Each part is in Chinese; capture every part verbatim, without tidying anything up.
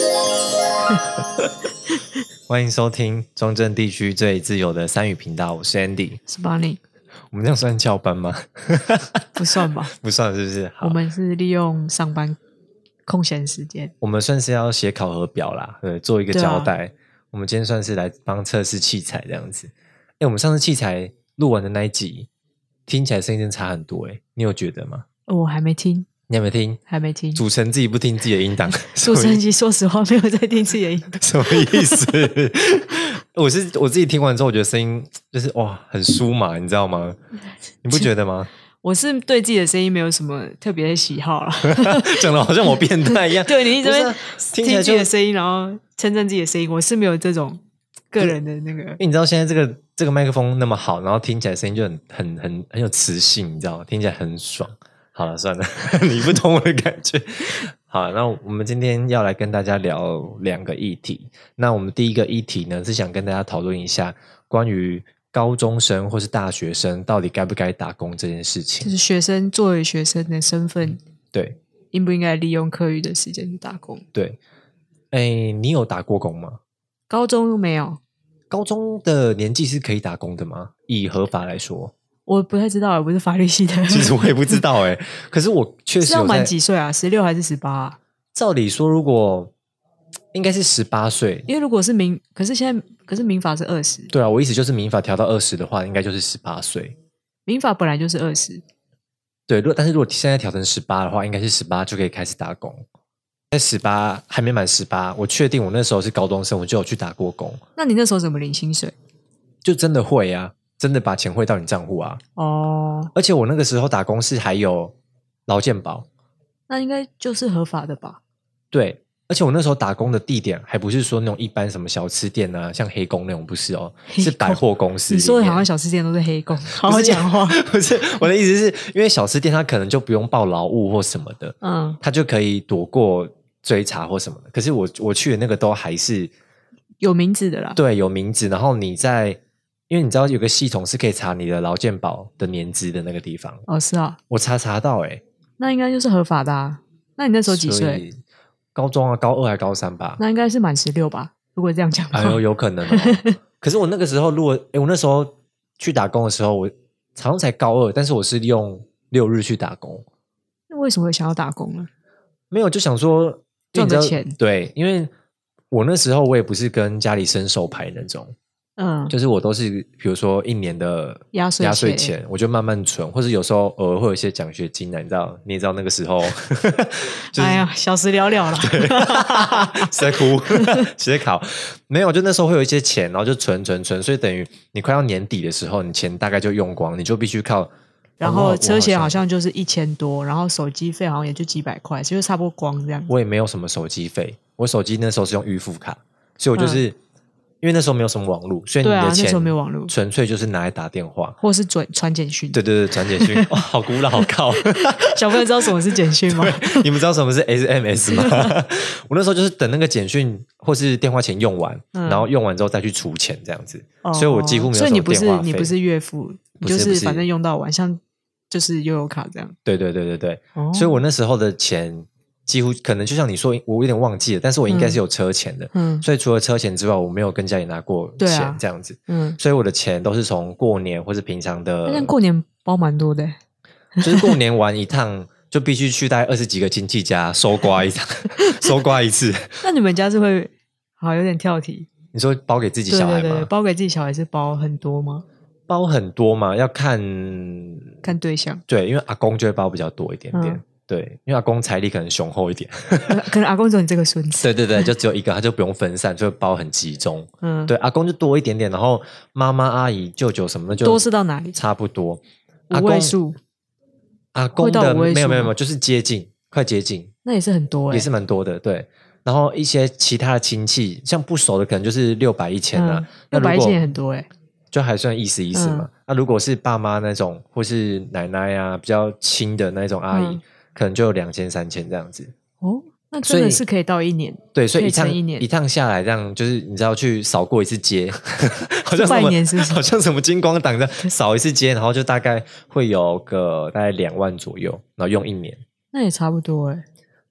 欢迎收听中正地区最自由的三语频道，我是 Andy， 是 Bonnie。 我们这样算翘班吗？ 不算吧， 不算是不是？ 我们是利用上班空闲时间， 我们算是要写考核表啦，对，做一个交代、啊。我们今天算是来帮测试器材这样子。哎，我们上次器材录完的那一集，听起来声音真差很多哎，你有觉得吗？ 我还没听。 你还没听？ 还没听。 主持人自己不听自己的音档， 主持人其实说实话没有在听自己的音档， 什么意思？我是我自己听完之后，我觉得声音就是哇，很酥麻，你知道吗？你不觉得吗？ 我是对自己的声音没有什么特别的喜好啦， 讲的好像我变态一样。 对，你一直在听自己的声音， 然后称赞自己的声音，我是没有这种个人的那个。因为你知道现在这个这个麦克风那么好，然后听起来声音就很很很很有磁性，你知道吗？听起来很爽。好了，算了，你不懂我的感觉。好，那我们今天要来跟大家聊两个议题。那我们第一个议题呢，是想跟大家讨论一下关于高中生或是大学生到底该不该打工这件事情。 就是学生作为学生的身份， 对， 应不应该利用课余的时间去打工？ 对，哎，你有打过工吗？ 高中没有。 高中的年纪是可以打工的吗？以合法来说。 我不太知道，我不是法律系的。 其实我也不知道哎，可是我确实有在。是要满几岁啊？十六还是十八啊？ 照理说，如果应该是十八岁， 因为如果是民，可是现在可是民法是二十。 对啊，我意思就是民法调到二十的话，应该就是十八岁。 民法本来就是二十。 对，如果但是如果现在调成十八的话，应该是十八就可以开始打工。在十八还没满十八，我确定我那时候是高中生，我就有去打过工。 那你那时候怎么领薪水？ 就真的会啊。真的把钱汇到你账户啊！ 哦， 而且我那个时候打工是还有劳健保， 那应该就是合法的吧？ 对，而且我那时候打工的地点还不是说那种一般什么小吃店啊，像黑工那种，不是哦，是百货公司。 你说的好像小吃店都是黑工，好好讲话。 不是，我的意思是因为小吃店它可能就不用报劳务或什么的，嗯，它就可以躲过追查或什么的。可是我我去的那个都还是有名字的啦， 对，有名字，然后你在。因为你知道有个系统是可以查你的劳健保的年资的那个地方。 哦，是啊， 我查查到哎、欸， 那应该就是合法的啊。那你那时候几岁？ 高中啊，高二还高三吧？ 那应该是满十六吧？如果这样讲的话， 哎呦，有可能哦。可是我那个时候，如果哎，我那时候去打工的时候，我好像才高二，但是我是用六日去打工。 那为什么会想要打工呢？ 没有，就想说赚个钱。 对，因为我那时候我也不是跟家里伸手牌那种。嗯，就是我都是比如说一年的压岁压岁钱，我就慢慢存，或者有时候偶尔会有一些奖学金啊，你知道，你也知道那个时候， 就是、哎呀，小时了了啦， 实在哭，直接考，没有，就那时候会有一些钱，然后就存存存，所以等于你快要年底的时候，你钱大概就用光，你就必须靠。 然后车险好像就是一千多，然后手机费好像也就几百块，就是差不多光这样。 我也没有什么手机费，我手机那时候是用预付卡，所以我就是。嗯因为那时候没有什么网络，所以你的钱纯粹就是拿来打电话， 或是转传简讯。 对对对，传简讯，哇，好古老，好靠。 小朋友知道什么是简讯吗？ 你们知道什么是 S M S 吗？我那时候就是等那个简讯或是电话钱用完，嗯、然后用完之后再去除钱这样子，哦、所以我几乎没有什么电话费。所以你不是你不是月付，你就是反正用到完，像就是悠游卡这样。 对对对对对，哦、所以我那时候的钱。几乎可能就像你说，我有点忘记了，但是我应该是有车钱的，嗯，所以除了车钱之外，我没有跟家里拿过钱、啊、这样子，嗯，所以我的钱都是从过年或是平常的， 但过年包蛮多的， 就是过年玩一趟就必须去大概二十几个亲戚家收刮一趟，收刮一次。 那你们家是会好有点跳题？ 你说包给自己小孩吗？ 对对对，包给自己小孩是包很多吗？ 包很多嘛，要看看对象， 对，因为阿公就会包比较多一点点。嗯对，因为阿公财力可能雄厚一点， 可能阿公只有你这个孙子。 对对对，就只有一个，他就不用分散，就包很集中。嗯，对，阿公就多一点点，然后妈妈、阿姨、舅舅什么的就多是到哪里？ 差不多五位数。 阿公的没有没有没有，就是接近，快接近。 那也是很多、欸， 也是蛮多的。对，然后一些其他的亲戚，像不熟的，可能就是六百一千啊， 六百一千也很多哎、欸。 就还算意思意思嘛。嗯、那如果是爸妈那种，或是奶奶啊比较亲的那种阿姨。嗯可能就有两千三千这样子哦，那真的是可以到一年。 对，所以一趟一年一趟下来，这样就是你知道去扫过一次街，好像拜年是不是？ 好像什么金光党的扫一次街，然后就大概会有个大概两万左右，然后用一年， 那也差不多哎、欸。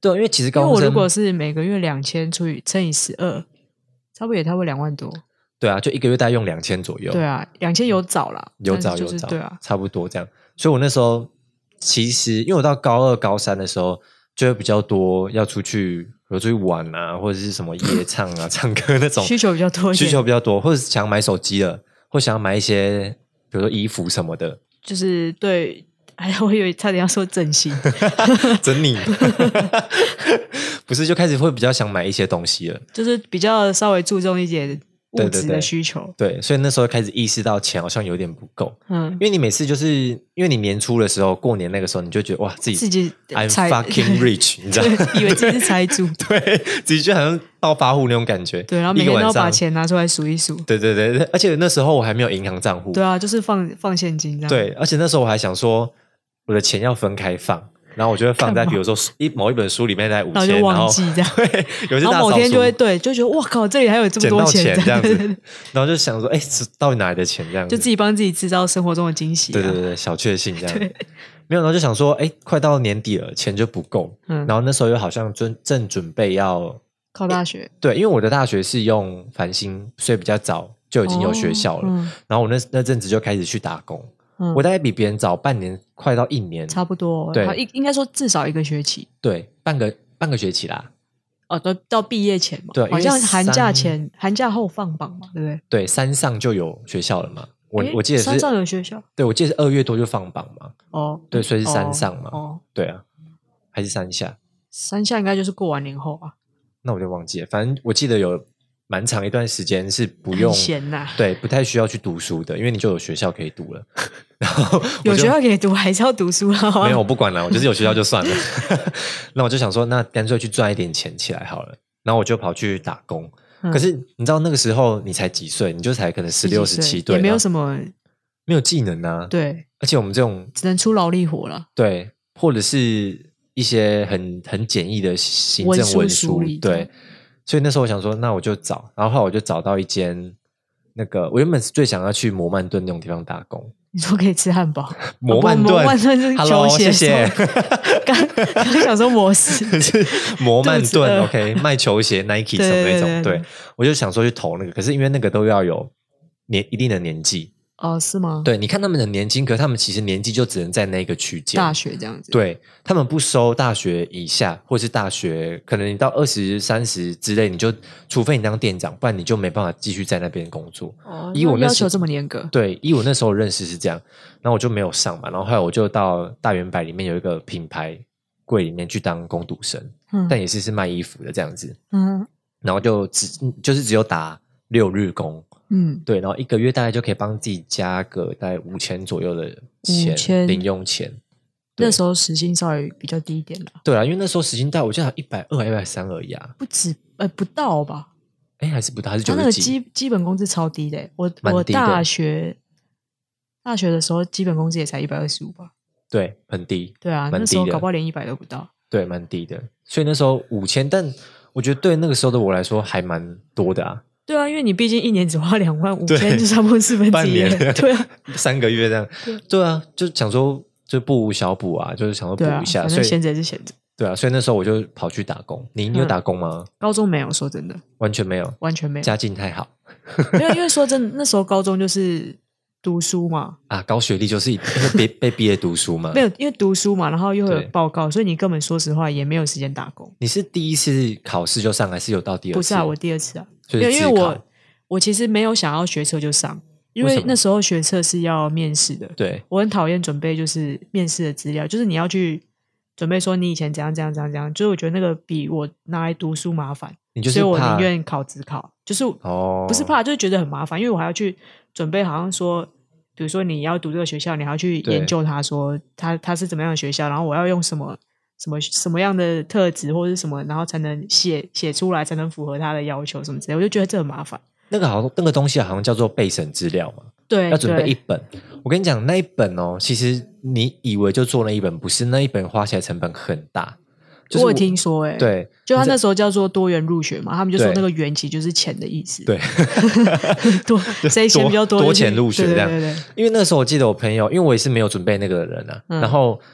对，因为其实高因为中生我如果是每个月两千除以乘以十二，差不多也差不多两万多。 对啊，就一个月大概用两千左右。 对啊，两千有找啦， 有找就是有找， 对啊， 差不多这样。所以我那时候其实因为我到高二高三的时候就会比较多要出去，比如出去玩啊，或者是什么夜唱啊、唱歌那种需求比较多一点， 需求比较多，或者是想要买手机了，或想要买一些比如说衣服什么的， 就是对。哎呀，我以为差点要说整形， 整你，不是就开始会比较想买一些东西了， 就是比较稍微注重一点物质的需求。 对, 对, 对, 对，所以那时候开始意识到钱好像有点不够，嗯，因为你每次就是因为你年初的时候，过年那个时候，你就觉得哇，自己自己 I'm fucking rich， 你知道吗？ 以为自己是财主， 对，自己就好像暴发户那种感觉。 对，然后每天都要把钱拿出来数一数。 对对对，而且那时候我还没有银行账户。 对啊，就是放放现金这样。 对，而且那时候我还想说，我的钱要分开放。然后我就会放在比如说一某一本书里面在五千， 然后就忘记这样， 对，有些大然后某天就会对，就觉得哇靠，这里还有这么多钱这样子，然后就想说，哎，到底哪来的钱这样子？ 就自己帮自己制造生活中的惊喜、啊。 对对对，小确幸这样。没有，然后就想说，哎，快到年底了，钱就不够。嗯，然后那时候又好像正正准备要考大学， 对，因为我的大学是用繁星，所以比较早就已经有学校了。哦嗯、然后我那那阵子就开始去打工。嗯、我大概比别人早半年，快到一年， 差不多。 对， 应应该说至少一个学期。 对，半个半个学期啦。 哦，到到毕业前嘛， 对， 好像寒假前、寒假后放榜嘛，对不对？ 对，山上就有学校了嘛。我我记得是山上有学校， 对，我记得是二月多就放榜嘛。 哦， 对，所以是山上嘛。 哦， 对啊，还是山下？ 山下应该就是过完年后啊。 那我就忘记了，反正我记得有蛮长一段时间是不用闲呐、啊， 对，不太需要去读书的，因为你就有学校可以读了。然后有学校可以读，还是要读书啊？ 没有，我不管了，我就是有学校就算了。那我就想说，那干脆去赚一点钱起来好了。然后我就跑去打工。嗯、可是你知道那个时候你才几岁，你就才可能十六、十七，对， 也没有什么， 没有技能啊。 对， 而且我们这种只能出劳力活了。 对，或者是一些很很简易的行政文书，对。所以那时候我想说，那我就找，然后后来我就找到一间那个，我原本是最想要去摩曼顿那种地方打工。 你说可以吃汉堡？ 摩曼顿， 摩曼顿是球鞋， 谢谢。 刚刚想说摩斯是摩曼顿 ，OK， 卖球鞋 ，Nike 什么那种。对, 对, 对, 对，我就想说去投那个，可是因为那个都要有年一定的年纪。 哦，是吗？ 对，你看他们很年轻，可是他们其实年纪就只能在那个区间， 大学这样子。 对，他们不收大学以下，或是大学可能你到二十三十之类，你就除非你当店长，不然你就没办法继续在那边工作。 哦，以我那要求这么严格。 对，以我那时候认识是这样，然后我就没有上嘛，然后后来我就到大圆百里面有一个品牌柜里面去当工读生，嗯、但也是是卖衣服的这样子。嗯，然后就只就是只有打六日工。嗯，对，然后一个月大概就可以帮自己加个大概五千左右的钱，零用钱。 那时候时薪稍微比较低一点了。 对啊，因为那时候时薪大概我记得一百二、一百三而已啊， 不止，呃，不到吧？ 哎，还是不到，还是九十几。 他那个基基本工资超低的，我我大学大学的时候基本工资也才一百二十五吧？ 对，很低。 对啊，那时候搞不好连一百都不到。 对，蛮低的。所以那时候五千，但我觉得对那个时候的我来说还蛮多的啊。 对啊，因为你毕竟一年只花两万五千，就差不多四分之一。对啊， 三个月这样。对, 对啊，就想说就不无小补啊，就是想说补一下。 对啊、反正闲着也是闲着。 对啊，所以那时候我就跑去打工。你你有打工吗？ 嗯、高中没有，说真的， 完全没有， 完全没有， 家境太好。 没有，因为说真的，那时候高中就是读书嘛。 啊，高学历就是被被逼业读书嘛。 没有，因为读书嘛，然后又有报告，所以你根本说实话也没有时间打工。 你是第一次考试就上，还是有到第二次？ 不是啊，我第二次啊。因为因为我我其实没有想要学测就上，因为那时候学测是要面试的。 对， 我很讨厌准备就是面试的资料，就是你要去准备说你以前怎样怎样怎样怎样，就是我觉得那个比我拿来读书麻烦。 你就是所以我宁愿考指考，就是哦，不是怕，就是觉得很麻烦，因为我还要去准备，好像说，比如说你要读这个学校，你还要去研究它，说它它是怎么样的学校，然后我要用什么什么什么样的特质或者是什么，然后才能写写出来，才能符合它的要求什么之类，我就觉得这很麻烦。 那个好像那个东西好像叫做备审资料嘛， 对， 要准备一本。我跟你讲，那一本哦，其实你以为就做那一本，不是那一本花起来成本很大。就是、我有听说哎、欸， 对， 就他那时候叫做多元入学嘛，他们就说那个元其就是钱的意思， 对， 多谁钱比较多， 多钱入学这样。 对对对对， 因为那时候我记得我朋友，因为我也是没有准备那个人啊，嗯、然后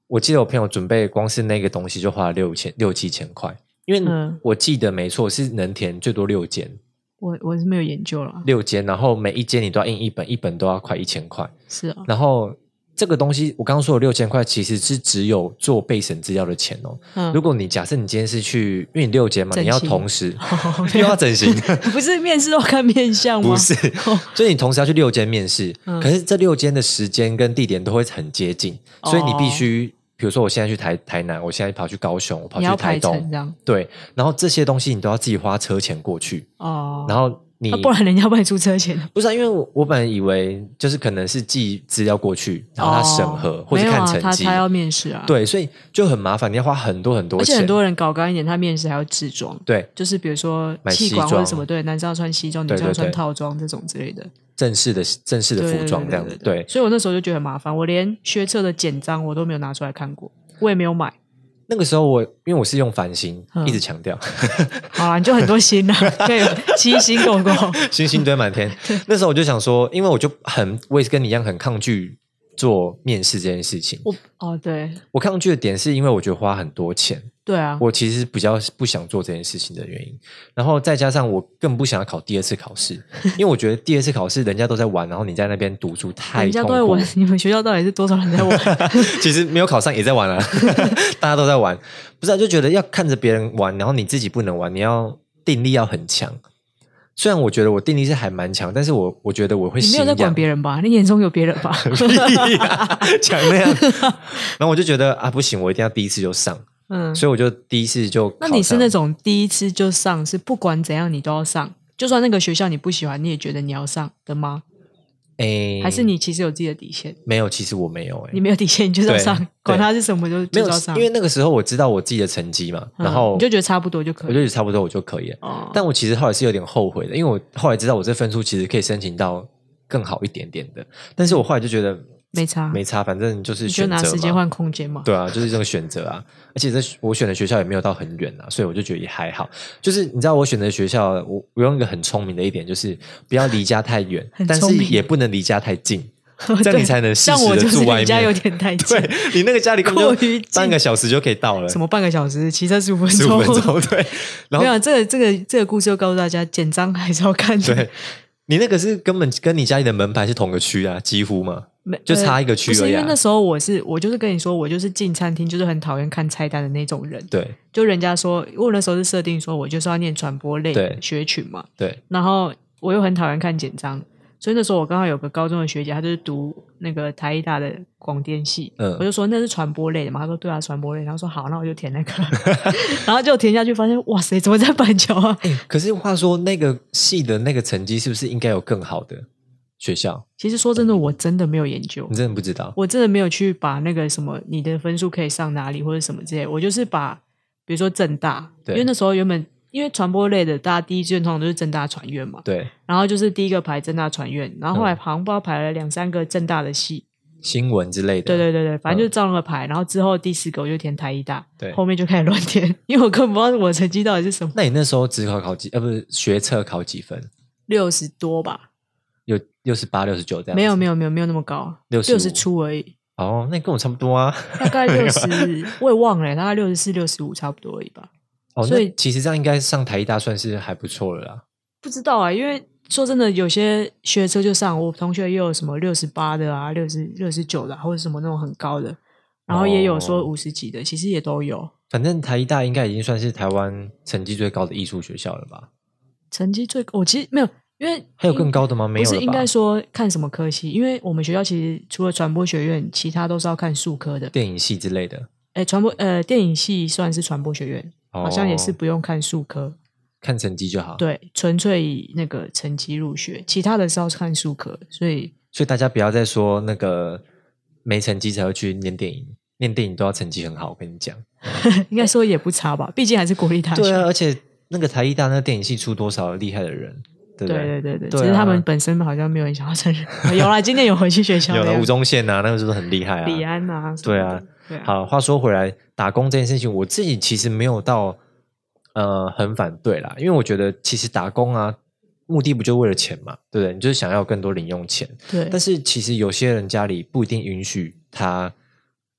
我记得我朋友准备光是那个东西就花了六千六七千块，因为我记得没错是能填最多六间。 我我是没有研究了。 六间，然后每一间你都要印一本，一本都要快一千块。 是啊。 然后这个东西我刚刚说的六千块其实是只有做备审资料的钱哦。嗯、如果你假设你今天是去，因为你六间嘛，你要同时、哦、又要整形， 不是面试都看面相吗？ 不是，所以你同时要去六间面试、嗯，可是这六间的时间跟地点都会很接近，所以你必须。哦比如说我现在去 台, 台南，我现在跑去高雄，我跑去台东，对，然后这些东西你都要自己花车钱过去哦。然后你、啊、 不然人家帮你出车钱？ 不是啊，因为 我, 我本来以为就是可能是寄资料过去，然后他审核、哦、或者看成绩， 他他要面试啊， 对，所以就很麻烦，你要花很多很多钱，而且很多人搞高一点，他面试还要制装， 对， 就是比如说气管或者什么，对，男生要穿西装，女生要穿套装这种之类的。 正式的正式的服装这样子， 对, 对, 对, 对, 对， 所以我那时候就觉得很麻烦，我连学测的简章我都没有拿出来看过，我也没有买。 那个时候我因为我是用繁星、嗯、一直强调好啦，你就很多星啦可以七星够够星星堆满天那时候我就想说，因为我就很我也是跟你一样很抗拒做面试这件事情。 我哦，对， 我抗拒的点是因为我觉得花很多钱。 对啊， 我其实比较不想做这件事情的原因，然后再加上我更不想要考第二次考试因为我觉得第二次考试人家都在玩，然后你在那边读书太痛苦。人家都在玩，你们学校到底是多少人在玩其实没有考上也在玩啊大家都在玩。不是啊，就觉得要看着别人玩，然后你自己不能玩，你要定力要很强。虽然我觉得我定力是还蛮强，但是我我觉得我会心痒。 你没有在管别人吧？你眼中有别人吧讲那样然后我就觉得啊不行，我一定要第一次就上。嗯，所以我就第一次就考上。 那你是那种第一次就上，是不管怎样你都要上，就算那个学校你不喜欢，你也觉得你要上的吗？诶，还是你其实有自己的底线？ 没有，其实我没有、欸、 你没有底线，你就是要上，管它是什么就就要上。 因为那个时候我知道我自己的成绩嘛，嗯、然后你就觉得差不多就可以， 我就觉得差不多我就可以了。哦、但我其实后来是有点后悔的，因为我后来知道我这分数其实可以申请到更好一点点的，但是我后来就觉得。 没差没差，反正就是选择嘛， 你就拿时间换空间嘛。 对啊，就是这个选择啊。而且这我选的学校也没有到很远啊，所以我就觉得也还好。就是你知道我选的学校，我我用一个很聪明的一点，就是不要离家太远，但是也不能离家太近，这样你才能适时的住外面。像我就是离家有点太近， 对， 你那个家里根本就半个小时就可以到了。 什么半个小时？骑车十五分钟， 十五分钟，对。然后没有、啊、这个这个这个故事又告诉大家，简章还是要看的。 对。你那个是根本跟你家里的门牌是同个区啊，几乎嘛，就差一个区而已、啊呃、不是因为那时候我是我就是跟你说，我就是进餐厅就是很讨厌看菜单的那种人。 对， 就人家说，因为我那时候是设定说我就是要念传播类的学群嘛。 对， 然后我又很讨厌看简章，所以那时候我刚好有个高中的学姐，她就是读那个台艺大的广电系、嗯、我就说那是传播类的嘛，她说对啊传播类，然后说好，那我就填那个然后就填下去发现哇塞怎么在板桥啊、 欸、可是话说那个系的那个成绩是不是应该有更好的学校？ 其实说真的我真的没有研究， 你真的不知道？ 我真的没有去把那个什么你的分数可以上哪里或者什么之类，我就是把比如说政大，因为那时候原本因为传播类的大家第一志愿通常都是政大传院嘛， 对， 然后就是第一个排政大传院，然后后来好像不知道排了两三个政大的系、 嗯、新闻之类的， 对对对对，反正就是照那个排、嗯、然后之后第四个我就填台艺大， 对， 后面就开始乱填，因为我根本不知道我的成绩到底是什么。 那你那时候只考考几呃不是学测考几分？ 六十多吧， 有六十八六十九这样子？ 没有没有没有没有那么高，六十出而已。 哦，那你跟我差不多啊， 大概六十我也忘了，大概六十四六十五差不多而已吧。 哦，所以其实这样应该上台艺大算是还不错了啦。 不知道啊，因为说真的有些学车就上，我同学也有什么六十八的啊，六十六十九的、啊、或者什么那种很高的，然后也有说五十几的、哦、其实也都有。 反正台艺大应该已经算是台湾成绩最高的艺术学校了吧？ 成绩最高我其实没有，因为还有更高的吗？没有了吧？ 不是应该说看什么科系，因为我们学校其实除了传播学院其他都是要看数科的， 电影系之类的。 诶传播呃电影系算是传播学院、哦、好像也是不用看数科， 看成绩就好。 对，纯粹以那个成绩入学，其他的是要看数科，所以所以大家不要再说那个没成绩才会去念电影，念电影都要成绩很好，我跟你讲应该说也不差吧，毕竟还是国立大学。 对啊，而且那个台艺大那个电影系出多少厉害的人，对不对？ 对对对 对, 对、啊、只是他们本身好像没有人想要承认有啦，今天有回去学校有了吴宗宪啊，那个是不是很厉害啊？ 李安啊， 对啊。对啊，好，话说回来，打工这件事情我自己其实没有到呃很反对啦，因为我觉得其实打工啊目的不就为了钱嘛，对不对？你就是想要有更多零用钱。 对， 但是其实有些人家里不一定允许他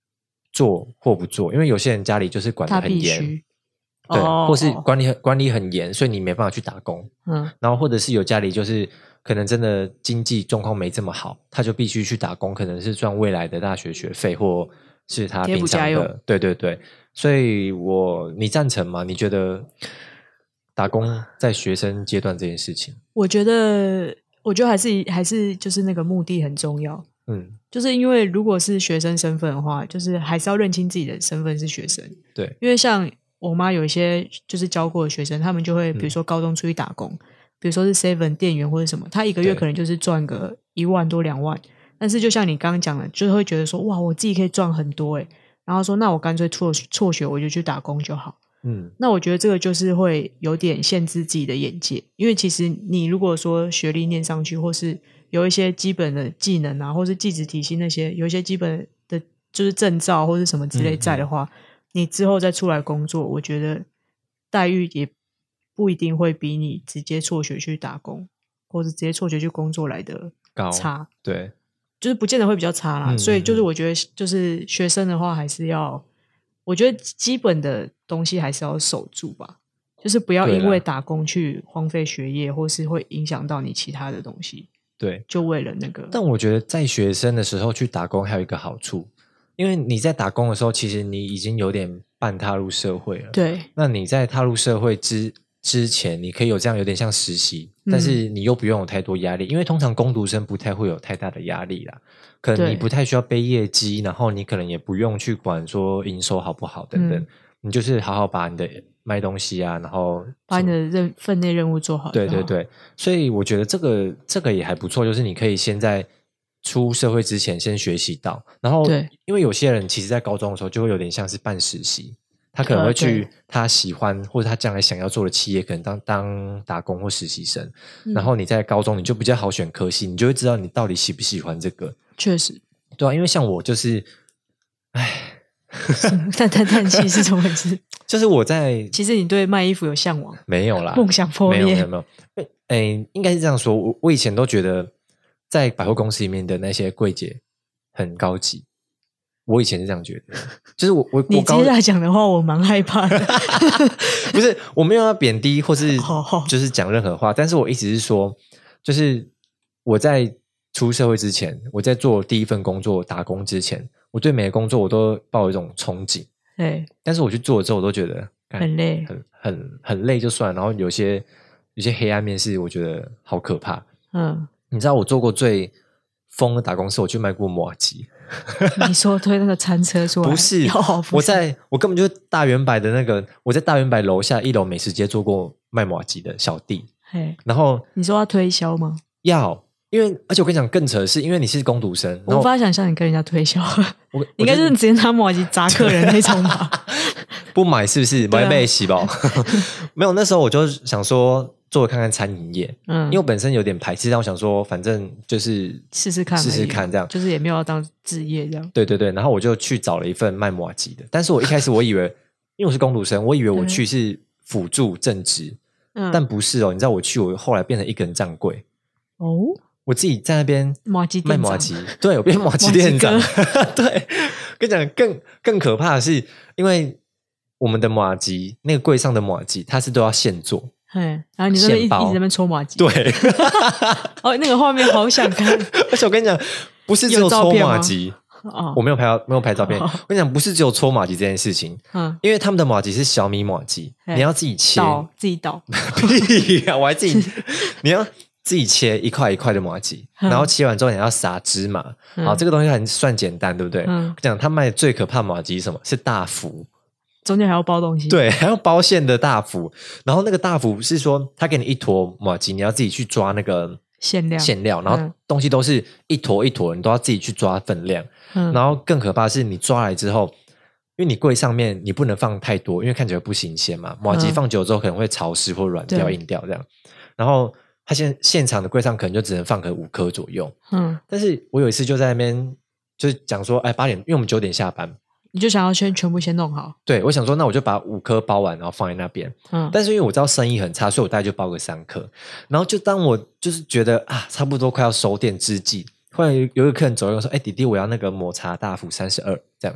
做或不做，因为有些人家里就是管得很严，对、哦，或是管理很管理很严，所以你没办法去打工。嗯，然后或者是有家里就是可能真的经济状况没这么好，他就必须去打工，可能是赚未来的大学学费，或是他平常的，对对对。所以我你赞成吗？你觉得打工在学生阶段这件事情？ 我觉得，我觉得还是还是就是那个目的很重要。嗯，就是因为如果是学生身份的话，就是还是要认清自己的身份是学生。 对， 因为像我妈有一些就是教过的学生，他们就会比如说高中出去打工，嗯、比如说是 seven 店员或者什么，他一个月可能就是赚个一万多两万，但是就像你刚刚讲的，就是会觉得说哇，我自己可以赚很多诶，然后说那我干脆辍辍学，我就去打工就好。嗯，那我觉得这个就是会有点限制自己的眼界，因为其实你如果说学历念上去，或是有一些基本的技能啊，或是技职体系那些有一些基本的就是证照或是什么之类在的话，嗯嗯，你之后再出来工作，我觉得待遇也不一定会比你直接辍学去打工或是直接辍学去工作来的差。 对， 就是不见得会比较差啦。嗯嗯嗯，所以就是我觉得就是学生的话还是要，我觉得基本的东西还是要守住吧，就是不要因为打工去荒废学业，或是会影响到你其他的东西。 对， 就为了那个。 但我觉得在学生的时候去打工还有一个好处，因为你在打工的时候，其实你已经有点半踏入社会了。 对， 那你在踏入社会之之前，你可以有这样有点像实习，但是你又不用有太多压力，嗯、因为通常工读生不太会有太大的压力啦。可能你不太需要背业绩，然后你可能也不用去管说营收好不好等等，嗯、你就是好好把你的卖东西啊，然后把你的任分内任务做好。 对对对，所以我觉得这个这个也还不错，就是你可以先在出社会之前先学习到，然后因为有些人其实在高中的时候就会有点像是半实习，他可能会去他喜欢或者他将来想要做的企业可能当当打工或实习生，嗯、然后你在高中你就比较好选科系，你就会知道你到底喜不喜欢这个。 确实对啊，因为像我就是唉叹叹叹气是怎么回事？ 就是我在其实你对卖衣服有向往？ 没有啦， 梦想破灭？ 没有没有没有。诶，应该是这样说，我我以前都觉得在百货公司里面的那些柜姐很高级，我以前是这样觉得，就是我我你接下来讲的话，我蛮害怕的。 不是，我没有要贬低或是就是讲任何话，但是我一直是说，就是我在出社会之前，我在做第一份工作打工之前，我对每个工作我都抱有一种憧憬。 对， 但是我去做了之后，我都觉得很累， 很很很累就算，然后有些有些黑暗面是我觉得好可怕。嗯，你知道我做过最疯的打工是我去卖过麻糬。 你说推那个餐车出来？ 不是，我在我根本就是大圆柏的那个，我在大圆柏楼下一楼美食街做过卖麻糬的小弟。 嘿， 然后你说要推销吗？ 要。因为而且我跟你讲更扯的是，因为你是工读生， 我无法想象你跟人家推销，我应该就是直接拿麻糬砸客人那种吧？ 不买是不是？买被洗吧？没有，那时候我就想说做看看餐饮业，嗯，因为我本身有点排斥，但我想说反正就是试试看， 试试看这样， 就是也没有要当职业这样。 对对对，然后我就去找了一份卖麻糬的，但是我一开始我以为，因为我是工读生，我以为我去是辅助正职，嗯，但不是哦，你知道我去，我后来变成一个人站柜哦。我自己在那边卖麻糬，对，我变麻糬店长。对，跟你讲更更可怕的是，因为我们的麻糬那个柜上的麻糬，它是都要现做， 然后你在那边一直在那边搓麻糬， 对， 哦，那个画面好想看。 而且我跟你讲，不是只有搓麻糬。哦，我没有拍没有拍照片。哦、我跟你讲，不是只有搓麻糬这件事情，嗯，因为他们的麻糬是小米麻糬，你要自己切， 自己倒。 屁呀，我还自己，你要。自己切一块一块的麻糬，然后切完之后你要撒芝麻，嗯、好，这个东西很算简单，对不对？嗯，讲他卖的最可怕的麻糬是什么？是大福， 中间还要包东西， 对，还要包馅的大福。然后那个大福是说，他给你一坨麻糬，你要自己去抓那个馅料， 馅料，然后东西都是一坨一坨，你都要自己去抓分量。嗯，然后更可怕的是，你抓来之后，因为你柜上面你不能放太多，因为看起来不新鲜嘛。麻糬放久之后可能会潮湿或软掉、硬掉这样，然后。他现现场的柜上可能就只能放个五颗左右，嗯，但是我有一次就在那边就是讲说，哎，八点，因为我们九点下班， 你就想要先全部先弄好， 对，我想说那我就把五颗包完，然后放在那边，嗯，但是因为我知道生意很差，所以我大概就包个三颗，然后就当我就是觉得啊，差不多快要收店之际，忽然有有一个客人走来说，哎，弟弟，我要那个抹茶大福三十二这样子，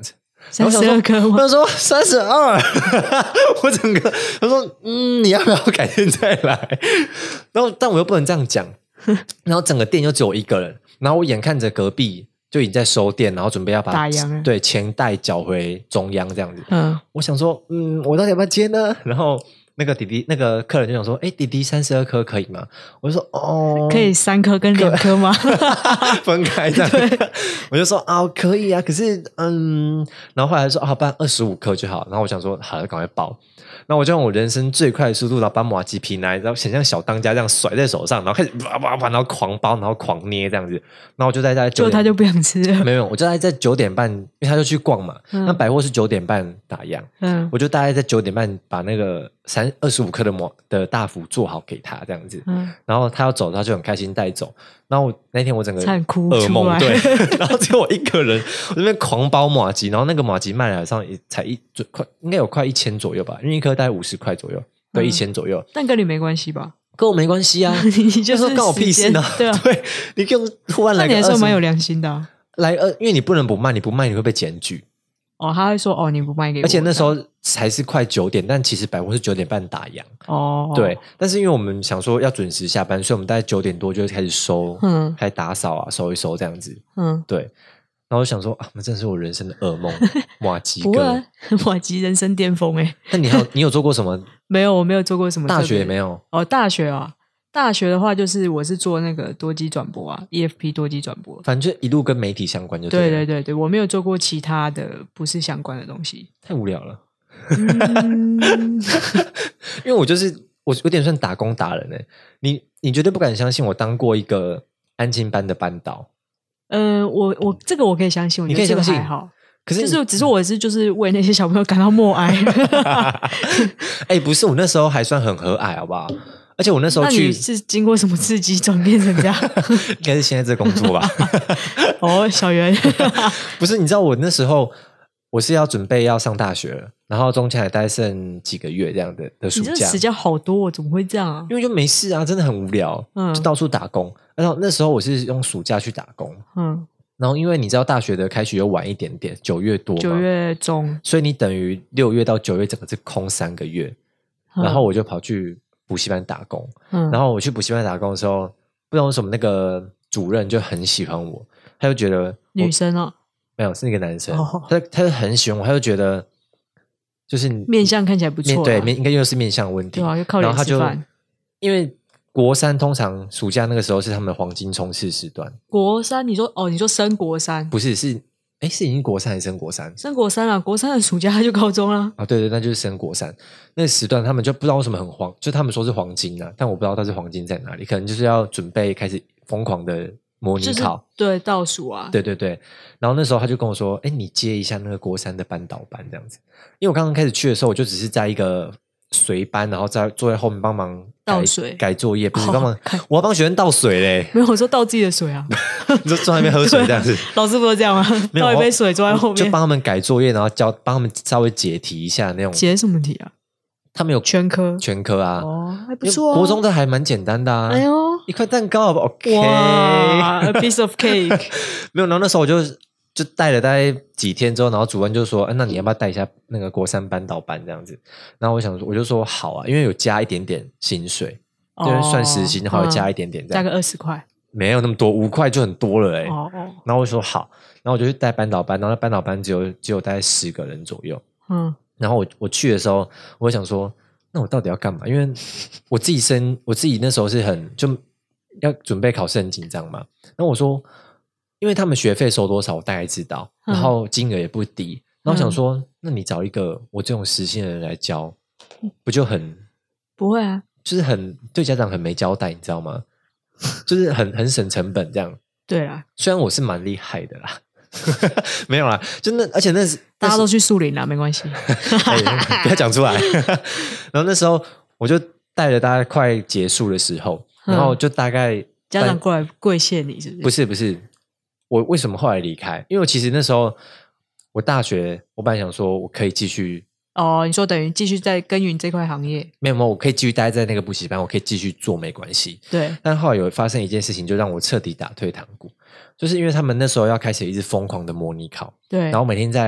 三十二颗吗？ 他说三十二，我整个他说嗯，你要不要改天再来？然后但我又不能这样讲，然后整个店就只有一个人，然后我眼看着隔壁就已经在收店，然后准备要把打烊对钱袋缴回中央这样子。 嗯， 我想说嗯，我到底要不要接呢？然后那个弟弟那个客人就想说哎，弟弟三十二颗可以吗？我就说哦， 可以三颗跟两颗吗？ 分开这样。我就说啊可以啊，可是嗯，然后后来说啊不然二十五颗就好，然后我想说好赶快报，然后我就用我人生最快的速度然后把麻糬皮拿，然后想像小当家这样甩在手上，然后开始哇哇哇，然后狂包然后狂捏这样子，然后我就在在就他就不想吃了， 没有，我就大概在九点半，因为他就去逛嘛，嗯、那百货是九点半打烊，嗯，我就大概在九点半把那个三二十五颗的麻的大福做好给他这样子，嗯，然后他要走，他就很开心带走，然后我那天我整个噩梦，对，然后只有我一个人，我这边狂包麻糬，然后那个麻糬卖来上才一快，应该有快一千左右吧，因为一颗大概五十块左右，对，一千左右， 但跟你没关系吧？ 跟我没关系啊，你就是说干我屁事呢？ 对啊， 对，你给我突然来个二十， 那你还说蛮有良心的、啊。 来呃，因为你不能不卖，你不卖你会被检举。 哦，他会说哦，你不卖给我。 而且那时候才是快九点，但其实百货是九点半打烊。哦，对，但是因为我们想说要准时下班，所以我们大概九点多就开始收，嗯，开始打扫啊，收一收这样子。嗯，对。然后我想说啊，那真是我人生的噩梦，麻糬哥， 麻糬人生巅峰哎。 那你有你有做过什么？ 没有，我没有做过什么。 大学也没有。 哦，大学啊。大学的话，就是我是做那个多机转播啊 ，E F P 多机转播， 反正就一路跟媒体相关就对。对对对对，我没有做过其他的不是相关的东西， 太无聊了。嗯、因为我就是我有点算打工达人哎、欸，你你绝对不敢相信我当过一个安亲班的班导。 嗯、呃，我我这个我可以相信，我你可以相信， 还好。 可是就是只是我是就是为那些小朋友感到默哀。 哎、欸，不是，我那时候还算很和蔼，好不好？而且我那时候去， 那你是经过什么刺激转变成这样？ 应该是现在这工作吧。 哦，小袁， 不是，你知道我那时候我是要准备要上大学了，然后中间还待剩几个月这样的的暑假， 你这时间好多，怎么会这样啊？ 因为就没事啊，真的很无聊，嗯，就到处打工。然后那时候我是用暑假去打工，嗯，然后因为你知道大学的开学又晚一点点，九月多嘛， 九月中， 所以你等于六月到九月整个是空三个月，嗯、然后我就跑去补习班打工，嗯，然后我去补习班打工的时候，不知道为什么那个主任就很喜欢我，他就觉得女生哦， 没有是那个男生，哦、他他就很喜欢我，他就觉得就是面相看起来不错、啊， 对，面应该又是面相问题， 对啊，又靠脸吃饭。 因为国三通常暑假那个时候是他们的黄金冲刺时段。 国三，你说哦，你说升国三不是是。哎，是已经国三还是升国三？ 升国三了，国三的暑假他就高中了啊！对对，那就是升国三那个时段，他们就不知道为什么很黄，就他们说是黄金啊，但我不知道它是黄金在哪里，可能就是要准备开始疯狂的模拟考， 就是、对倒数啊， 对对对。然后那时候他就跟我说：“哎，你接一下那个国三的班导班这样子。”因为我刚刚开始去的时候，我就只是在一个随班，然后在坐在后面帮忙倒水改作业，不是帮忙，我要帮学生倒水嘞。 没有，我说倒自己的水啊。 你就坐在那边喝水这样子， 老师不是这样吗？倒一杯水坐在后面， 就帮他们改作业，然后教帮他们稍微解题一下那种。 解什么题啊？ 他们有全科， 全科啊， 哦，还不错、啊。 国中的还蛮简单的啊。 哎呦， 一块蛋糕 ，OK， 哇 ，a piece of cake。 没有，然后那时候我就就带了大概几天之后，然后主任就说：“哎、啊，那你要不要带一下那个国三班导班这样子？”然后我想说，我就说好啊，因为有加一点点薪水，哦、就是算时薪，然后有加一点点这样， 加个二十块。 没有那么多，五块就很多了哎、欸。 哦哦。 然后我就说好，然后我就去带班导班，然后那班导班只有只有大概十个人左右。嗯。然后我我去的时候，我想说，那我到底要干嘛？因为我自己升，我自己那时候是很就要准备考试很紧张嘛。然后我说，因为他们学费收多少，我大概知道，然后金额也不低。然后我想说，嗯、那你找一个我这种实薪的人来教，不就很不会啊？ 就是很对家长很没交代，你知道吗？就是很很省成本这样。 对啦， 虽然我是蛮厉害的啦，没有啦，就那而且那是大家都去树林啦，没关系， 欸、不要讲出来。然后那时候我就带着大概快结束的时候，然后就大概、嗯、 家长过来跪谢你，是不是？ 不是不是，我为什么后来离开？因为我其实那时候我大学，我本来想说我可以继续。 哦，你说等于继续在耕耘这块行业？ 没有没有，我可以继续待在那个补习班，我可以继续做，没关系。 对。 但后来有发生一件事情，就让我彻底打退堂鼓，就是因为他们那时候要开始一直疯狂的模拟考， 对。 然后每天在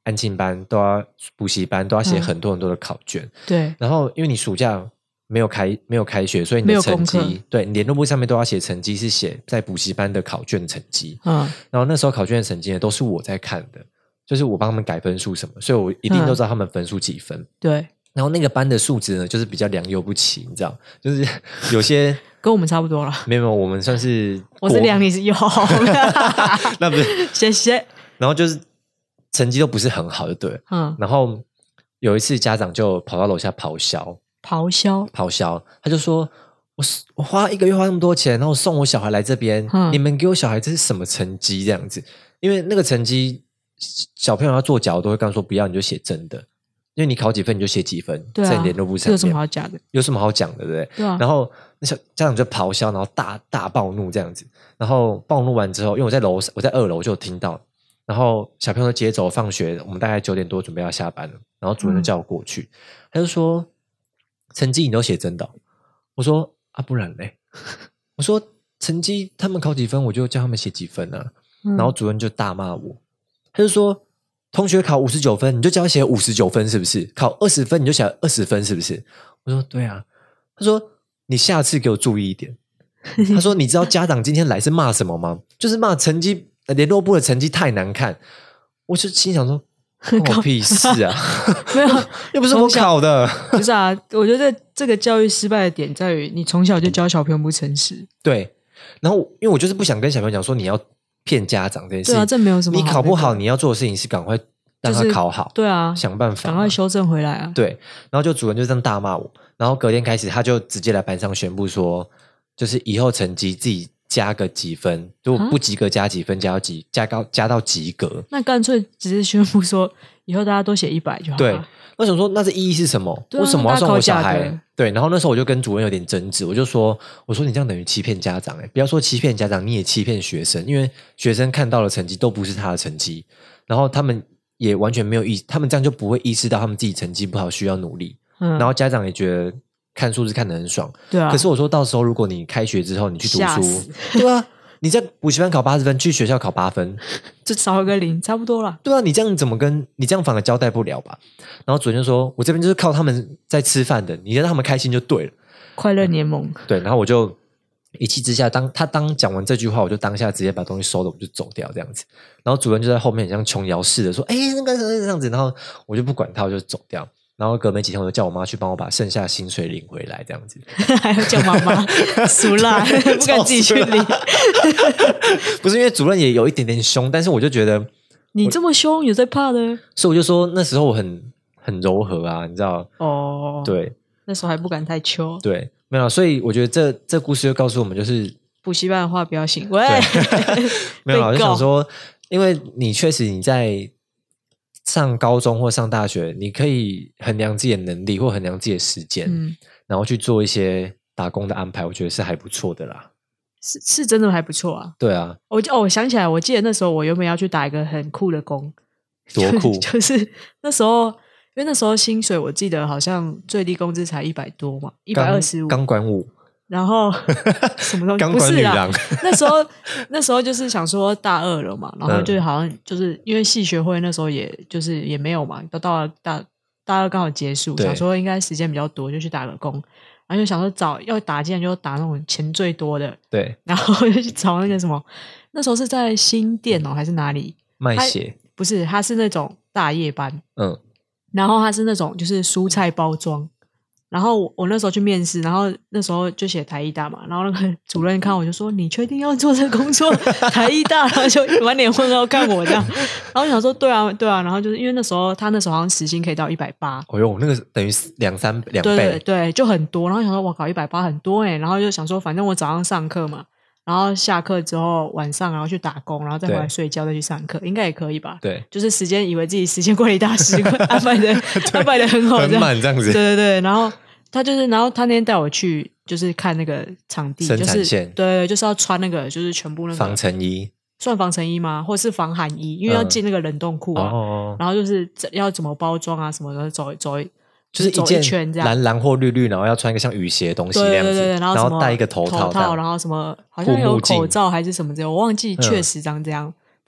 安亲班都要补习班都要写很多很多的考卷， 嗯、对。 然后因为你暑假没有开没有开学，所以你的成绩对你联络簿上面都要写成绩，是写在补习班的考卷成绩。嗯，然后那时候考卷的成绩呢都是我在看的，就是我帮他们改分数什么，所以我一定都知道他们分数几分。嗯、 对。 然后那个班的素质呢，就是比较良莠不齐，你知道，就是有些跟我们差不多了。 没有，我们算是我是良，你是优， 那不是谢谢。 然后就是成绩都不是很好，就对了。嗯。然后有一次家长就跑到楼下咆哮， 咆哮， 咆哮，他就说：“我我花一个月花那么多钱，然后送我小孩来这边，嗯、你们给我小孩这是什么成绩？这样子？因为那个成绩，小朋友要做假，我都会跟他说不要，你就写真的。”因为你考几分你就写几分， 对啊、 在你联络簿上面， 有什么好讲的？ 有什么好讲的，对不对？ 对啊。 然后那小家长就咆哮，然后大大暴怒这样子。然后暴怒完之后，因为我在楼，我在二楼，我就有听到。然后小朋友接走放学，我们大概九点多准备要下班了。然后主任就叫我过去，嗯、他就说：“成绩你都写真的、哦？”我说：“啊，不然嘞？”我说：“成绩他们考几分，我就叫他们写几分啊。嗯”然后主任就大骂我，他就说。同学考五十九分，你就叫他写五十九分，是不是？考二十分，你就写二十分，是不是？我说对啊。他说你下次给我注意一点。他说你知道家长今天来是骂什么吗？就是骂成绩联络簿的成绩太难看。我就心想说，关我屁事啊！ 没有， 又不是我考的。 不是啊，我觉得这个教育失败的点在于，你从小就教小朋友不诚实。 对，然后因为我就是不想跟小朋友讲说你要。骗家长这件事， 对啊，这没有什么好。 你考不好，你要做的事情是赶快让他考好， 就是、对啊， 想办法赶快修正回来啊。 对，然后就主任就这样大骂我，然后隔天开始他就直接来班上宣布说，就是以后成绩自己加个几分，如果不及格加几分，加到几加到加到及格。 那干脆只是宣布说，以后大家都写一百就好了。 对。我想说，那这意义是什么？啊、为什么要送我小孩？对，然后那时候我就跟主任有点争执，我就说：“我说你这样等于欺骗家长、欸，哎，不要说欺骗家长，你也欺骗学生，因为学生看到的成绩都不是他的成绩，然后他们也完全没有意，他们这样就不会意识到他们自己成绩不好，需要努力。嗯、然后家长也觉得看数字看得很爽， 对啊。 可是我说到时候如果你开学之后你去读书，对啊。”你在补习班考八十分，去学校考八分， 这少个零，差不多了。 对啊，你这样怎么跟你这样反而交代不了吧？然后主任就说：“我这边就是靠他们在吃饭的，你让他们开心就对了。” 快乐联盟、嗯。对， 然后我就一气之下，当他当讲完这句话，我就当下直接把东西收了，我就走掉这样子。然后主任就在后面像琼瑶似的说：“哎、欸，那个这样子。”然后我就不管他，我就走掉。然后隔没几天，我就叫我妈去帮我把剩下的薪水领回来，这样子。 还要叫妈妈熟啦，不敢自己去领。 不是因为主任也有一点点凶，但是我就觉得你这么凶，有在怕的。 所以我就说那时候我很很柔和啊，你知道？ 哦， 对， 那时候还不敢太秋。 对，没有，所以我觉得这这故事就告诉我们，就是补习班的话不要信。喂， 没有，我就想说，因为你确实你在。上高中或上大学，你可以衡量自己的能力或衡量自己的时间、嗯，然后去做一些打工的安排，我觉得是还不错的啦。 是是真的还不错啊。 对啊， 我哦，我想起来，我记得那时候我原本要去打一个很酷的工， 多酷！ 就, 就是那时候，因为那时候薪水我记得好像最低工资才一百多嘛，一百二十五， 钢管舞。 然后什么东西？ 钢管女郎。 那时候那时候就是想说大二了嘛，然后就好像就是因为系学会那时候也就是也没有嘛，都到了大大二刚好结束，想说应该时间比较多，就去打个工，然后就想说找要打进来就打那种钱最多的， 对， 然后就去找那个什么，那时候是在新店哦还是哪里卖血？ 不是，他是那种大夜班， 嗯， 然后他是那种就是蔬菜包装。然后 我, 我那时候去面试，然后那时候就写台艺大嘛，然后那个主任看我就说：“你确定要做这个工作？台艺大？”然后就满脸问号看我这样，然后我想说：“对啊，对啊。”然后就是因为那时候他那时候好像时薪可以到一百八， 哦哟，那个等于两三两倍， 对对对，就很多。然后想说：“哇靠，一百八很多哎！”然后就想说，反正我早上上课嘛。然后下课之后晚上然后去打工，然后再回来睡觉再去上课，应该也可以吧？ 对， 就是时间以为自己时间管理大师安排的安排的很好， 很满这样子。 对对对，然后他就是，然后他那天带我去就是看那个场地， 生产线， 就是对，就是要穿那个就是全部那个防尘衣， 算防尘衣吗？或是防寒衣？因为要进那个冷冻库啊、嗯，然后就是要怎么包装啊什么的，走走。 就是一件蓝蓝或绿绿，然后要穿一个像雨鞋的东西那样子， 对对对，然后然后戴一个头套， 头套，然后什么好像有口罩还是什么之类，我忘记确实长这样、嗯。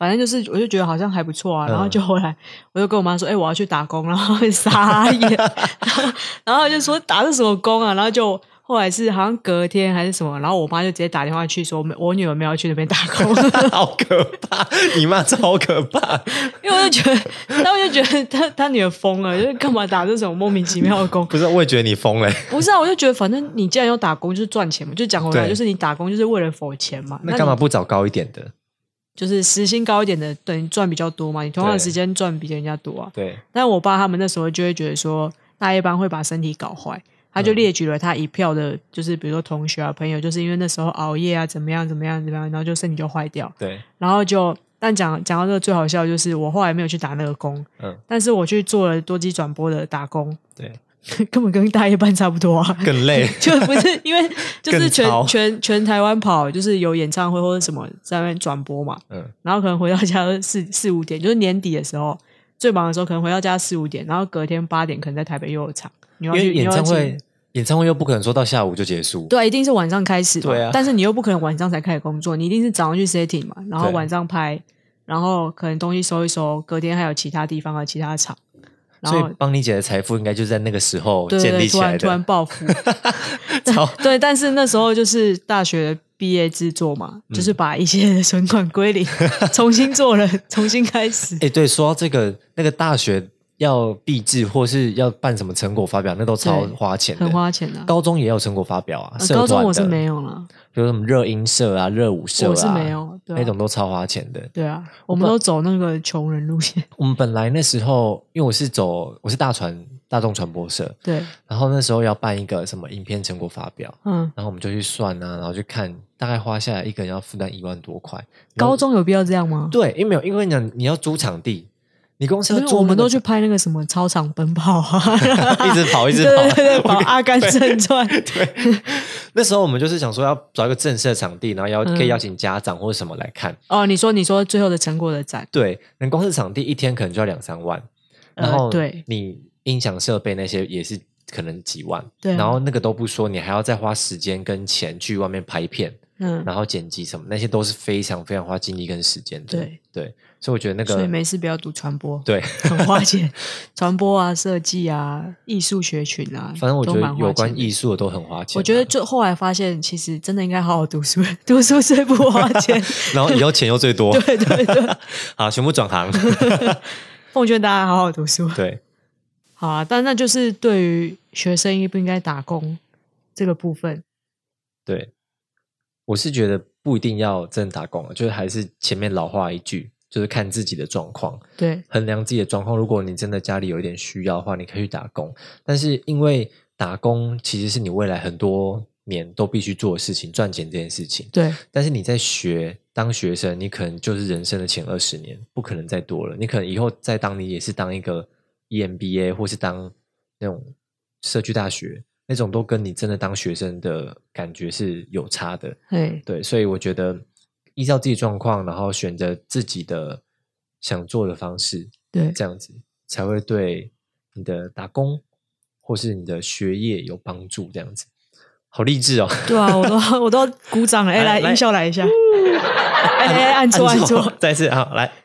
反正就是我就觉得好像还不错啊，然后就后来我就跟我妈说，哎、欸，我要去打工，然后傻眼，然后然后就说打的什么工啊，然后就后来是好像隔天还是什么，然后我妈就直接打电话去说，我女儿没有去那边打工， 好可怕！你妈超可怕， 因为我就觉得，那我就觉得她她女儿疯了，就是干嘛打这种莫名其妙的工？ 不是，我也觉得你疯了。 不是啊，我就觉得反正你既然要打工，就是赚钱嘛，就讲回来，就是你打工就是为了否钱嘛。 那干嘛不找高一点的？ 就是时薪高一点的，等于赚比较多嘛，你同样的时间赚比人家多啊。 对。 但我爸他们那时候就会觉得说，大夜班会把身体搞坏，他就列举了他一票的，就是比如说同学啊、朋友，就是因为那时候熬夜啊，怎么样怎么样怎么样，然后就身体就坏掉。 对。 然后就，但讲讲到这个最好笑的就是我后来没有去打那个工，嗯，但是我去做了多机转播的打工， 对。 根本跟大夜班差不多啊， 更累， 就不是因为就是全全全台湾跑，就是有演唱会或者什么在那边转播嘛，嗯，然后可能回到家都四四五点，就是年底的时候最忙的时候，可能回到家四五点，然后隔天八点可能在台北又有场， 因为演唱会演唱会又不可能说到下午就结束， 对，一定是晚上开始嘛， 对啊， 但是你又不可能晚上才开始工作，你一定是早上去 setting 嘛，然后晚上拍，然后可能东西收一收，隔天还有其他地方的其他场。 所以邦妮姐的财富应该就在那个时候建立起来的， 对对对，突然突然暴富对，但是那时候就是大学毕业制作嘛，嗯、就是把一些的存款归零重新做了，重新开始。 哎，对，说到这个，那个大学要毕制或是要办什么成果发表，那都超花钱的， 很花钱的、啊。 高中也有成果发表啊， 呃、高中我是没有了， 比如什么热音社啊、热舞社啊， 我是没有，对啊、 那种都超花钱的。 对啊，我们都走那个穷人路线。 我们本来那时候，因为我是走我是大传大众传播社， 对， 然后那时候要办一个什么影片成果发表，嗯，然后我们就去算啊，然后去看，大概花下来一个人要负担一万多块。 高中有必要这样吗？ 对，因为没有，因为你你要租场地。你公司要做、那個， 我们都去拍那个什么操场奔跑啊， 一直跑一直跑， 对对对，跑《阿甘正传》。 对，那时候我们就是想说要找一个正式的场地，然后邀、嗯、可以邀请家长或者什么来看。 哦，你说你说最后的成果的展， 对，人公司场地一天可能就要两三万，然后对你音响设备那些也是可能几万，对、啊，然后那个都不说，你还要再花时间跟钱去外面拍片。嗯，然后剪辑什么那些都是非常非常花精力跟时间的。 对对，所以我觉得那个， 所以没事不要读传播， 对， 很花钱。传播啊、设计啊、艺术学群啊， 反正我觉得有关艺术的都很花钱、啊。 我觉得就后来发现，其实真的应该好好读书，读书最不花钱， 然后以后钱又最多。 对对对， 好，全部转行。 奉劝大家好好读书。 对， 好啊，但那就是对于学生应不应该打工这个部分， 对。我是觉得不一定要真的打工，就是还是前面老话一句，就是看自己的状况， 对， 衡量自己的状况。如果你真的家里有一点需要的话，你可以去打工。但是因为打工其实是你未来很多年都必须做的事情，赚钱这件事情。 对。 但是你在学当学生，你可能就是人生的前二十年，不可能再多了。你可能以后再当，你也是当一个 E M B A 或是当那种社区大学。那种都跟你真的当学生的感觉是有差的，对，所以我觉得依照自己状况，然后选择自己的想做的方式， 对， 这样子才会对你的打工或是你的学业有帮助。这样子，好励志哦！ 对啊，我都我都鼓掌了，哎、欸，来音效来一下，哎哎、欸，按错按错， 再次好来，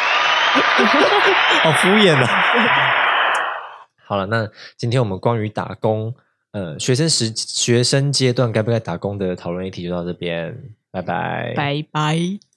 好敷衍啊！好了，那今天我们关于打工。呃，学生时学生阶段该不该打工的讨论议题就到这边，拜拜， 拜拜。